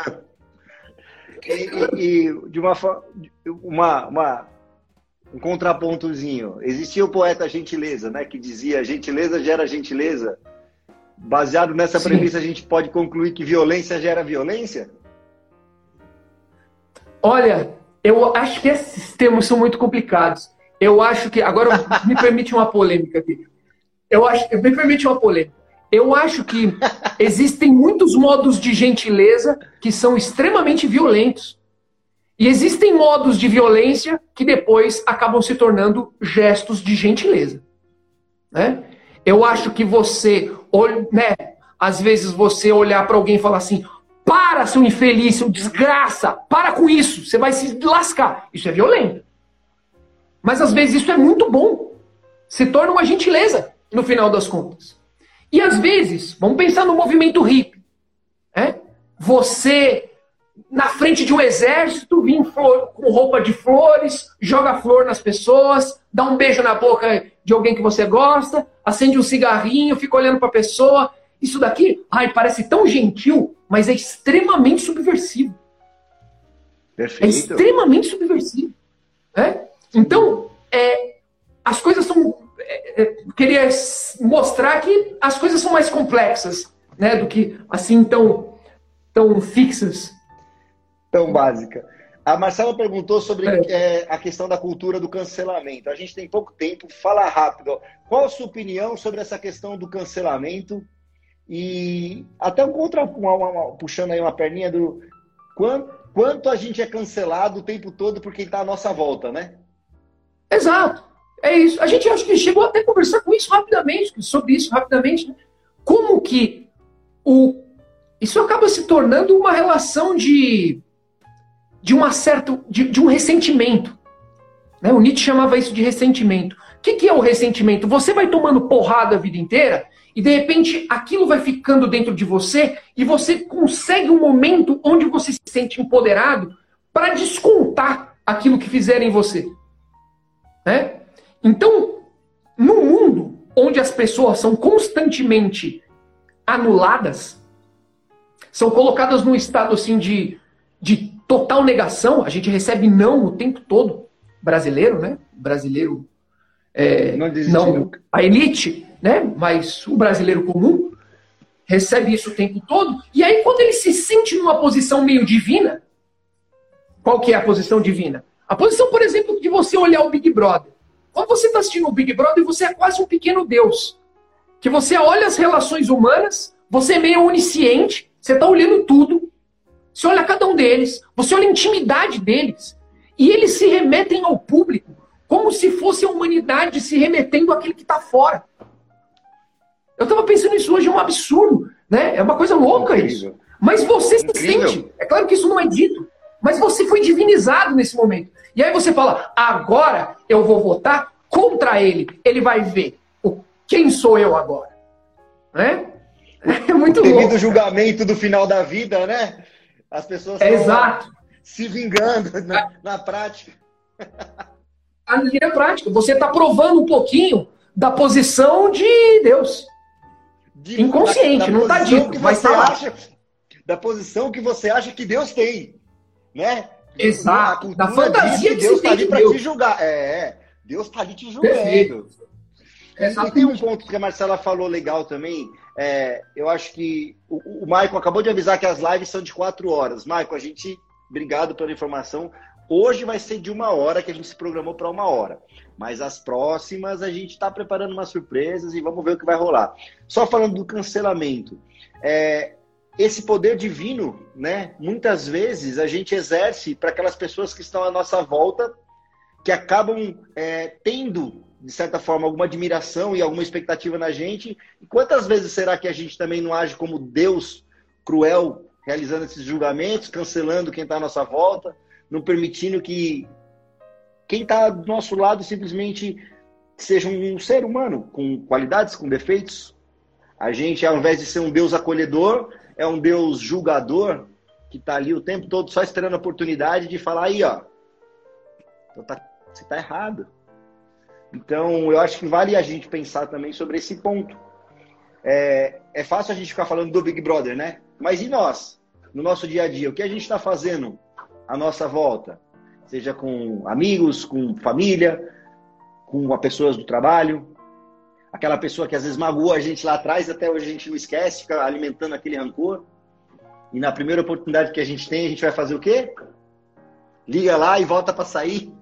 E de uma forma... Um contrapontozinho. Existia o poeta Gentileza, né, que dizia gentileza gera gentileza. Baseado nessa premissa, a gente pode concluir que violência gera violência? Olha, eu acho que esses termos são muito complicados. Eu acho que... Agora, me permite uma polêmica aqui. Me permite uma polêmica. Eu acho que existem muitos modos de gentileza que são extremamente violentos. E existem modos de violência que depois acabam se tornando gestos de gentileza. Né? Eu acho que você, né, às vezes você olhar para alguém e falar assim, para, seu infeliz, seu desgraça, para com isso, você vai se lascar. Isso é violento. Mas às vezes isso é muito bom. Se torna uma gentileza, no final das contas. E às vezes, vamos pensar no movimento hippie. Você... na frente de um exército, vir com roupa de flores, joga flor nas pessoas, dá um beijo na boca de alguém que você gosta, acende um cigarrinho, fica olhando para a pessoa. Isso daqui, parece tão gentil, mas é extremamente subversivo. Perfeito. É extremamente subversivo. Então, as coisas são... queria mostrar que as coisas são mais complexas, né, do que assim tão fixas. Tão básica. A Marcela perguntou sobre a questão da cultura do cancelamento. A gente tem pouco tempo, fala rápido. Qual a sua opinião sobre essa questão do cancelamento? E até puxando aí uma perninha do quanto a gente é cancelado o tempo todo por quem está à nossa volta, né? Exato. É isso. A gente acho que chegou até a conversar sobre isso rapidamente. Né? Como que isso acaba se tornando uma relação de um ressentimento. Né? O Nietzsche chamava isso de ressentimento. O que é o ressentimento? Você vai tomando porrada a vida inteira e, de repente, aquilo vai ficando dentro de você e você consegue um momento onde você se sente empoderado para descontar aquilo que fizeram em você. Né? Então, no mundo onde as pessoas são constantemente anuladas, são colocadas num estado assim de total negação, a gente recebe não o tempo todo, brasileiro, né? Brasileiro, não a elite, né? Mas o brasileiro comum recebe isso o tempo todo, e aí quando ele se sente numa posição meio divina, qual que é a posição divina? A posição, por exemplo, de você olhar o Big Brother. Quando você está assistindo o Big Brother, você é quase um pequeno Deus. Que você olha as relações humanas, você é meio onisciente, você está olhando tudo, você olha cada um deles, você olha a intimidade deles, e eles se remetem ao público como se fosse a humanidade se remetendo àquele que está fora. Eu estava pensando isso hoje, é um absurdo, né? É uma coisa louca isso. Mas você se sente, é claro que isso não é dito, mas você foi divinizado nesse momento. E aí você fala, agora eu vou votar contra ele. Ele vai ver quem sou eu agora. Né? É muito louco. Devido ao julgamento do final da vida, né? As pessoas estão se vingando na prática. Na prática. Você está provando um pouquinho da posição de Deus. Inconsciente, não está dito, mas está lá. Da posição que você acha que Deus tem. Né? Exato. Da fantasia que Deus se tem ali de para Deus. te julgar. Deus está ali te julgando. E tem um ponto que a Marcela falou legal também. Eu acho que o Maicon acabou de avisar que as lives são de 4 horas. Maicon, obrigado pela informação. Hoje vai ser de 1 hora, que a gente se programou para 1 hora. Mas as próximas a gente está preparando umas surpresas e vamos ver o que vai rolar. Só falando do cancelamento. Esse poder divino, né, muitas vezes a gente exerce para aquelas pessoas que estão à nossa volta, que acabam tendo, de certa forma, alguma admiração e alguma expectativa na gente. E quantas vezes será que a gente também não age como Deus cruel, realizando esses julgamentos, cancelando quem está à nossa volta, não permitindo que quem está do nosso lado simplesmente seja um ser humano, com qualidades, com defeitos? A gente, ao invés de ser um Deus acolhedor, é um Deus julgador que está ali o tempo todo só esperando a oportunidade de falar aí, ó, você está errado. Então, eu acho que vale a gente pensar também sobre esse ponto. É fácil a gente ficar falando do Big Brother, né? Mas e nós? No nosso dia a dia, o que a gente está fazendo à nossa volta? Seja com amigos, com família, com pessoas do trabalho. Aquela pessoa que às vezes magoou a gente lá atrás, até hoje a gente não esquece, fica alimentando aquele rancor. E na primeira oportunidade que a gente tem, a gente vai fazer o quê? Liga lá e volta para sair.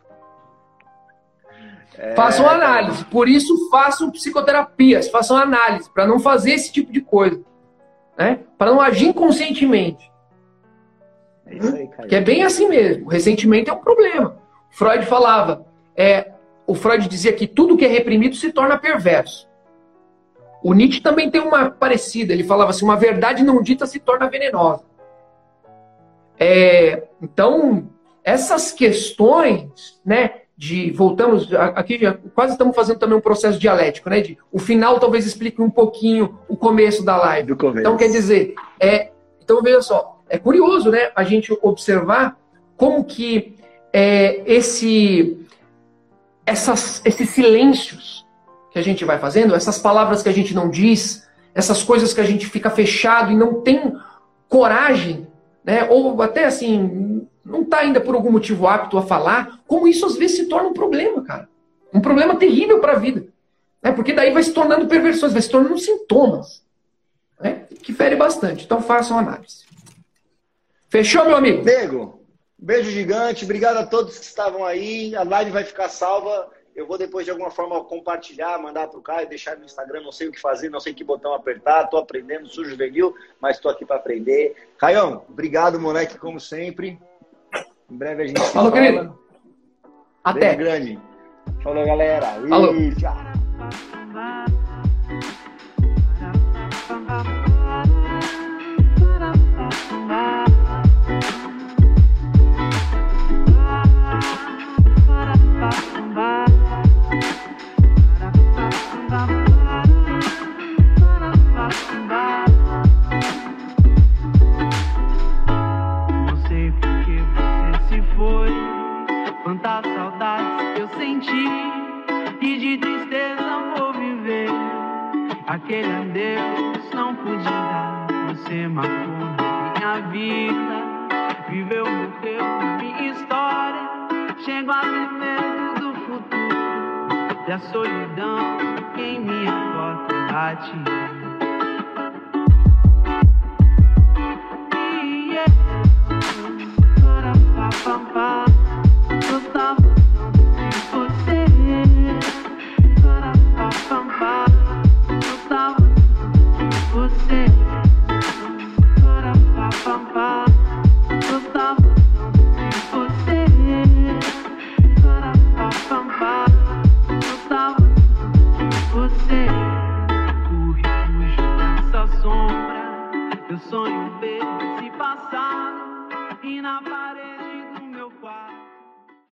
Façam análise. Por isso, façam psicoterapias, façam análise, para não fazer esse tipo de coisa. Né? Para não agir inconscientemente. É isso aí, cara. Que é bem assim mesmo. O ressentimento é um problema. Freud falava... O Freud dizia que tudo que é reprimido se torna perverso. O Nietzsche também tem uma parecida. Ele falava assim, uma verdade não dita se torna venenosa. Então, essas questões, né, voltamos, aqui já quase estamos fazendo também um processo dialético, né, o final talvez explique um pouquinho o começo da live. Então, quer dizer, então veja só, é curioso, né, a gente observar como que esses silêncios que a gente vai fazendo, essas palavras que a gente não diz, essas coisas que a gente fica fechado e não tem coragem, né? Ou até assim, não está ainda por algum motivo apto a falar, como isso às vezes se torna um problema, cara. Um problema terrível para a vida. Né? Porque daí vai se tornando perversões, vai se tornando sintomas. Né? Que fere bastante. Então façam análise. Fechou, meu amigo? Nego, beijo gigante. Obrigado a todos que estavam aí. A live vai ficar salva. Eu vou depois, de alguma forma, compartilhar, mandar para o Caio, deixar no Instagram. Não sei o que fazer, não sei que botão apertar. Estou aprendendo, sou juvenil, mas estou aqui para aprender. Caião, obrigado, moleque, como sempre. Em breve a gente se Falou, fala. querido. Até. Beijo grande. Falou, galera. Falou. E tchau. Não sei por que você se foi, quantas saudades eu senti, e de tristeza vou viver. Aquele adeus não pude dar, você marcou minha vida, viveu, morreu minha história. Chego a ter medo do futuro, e a solidão em minha porta bate.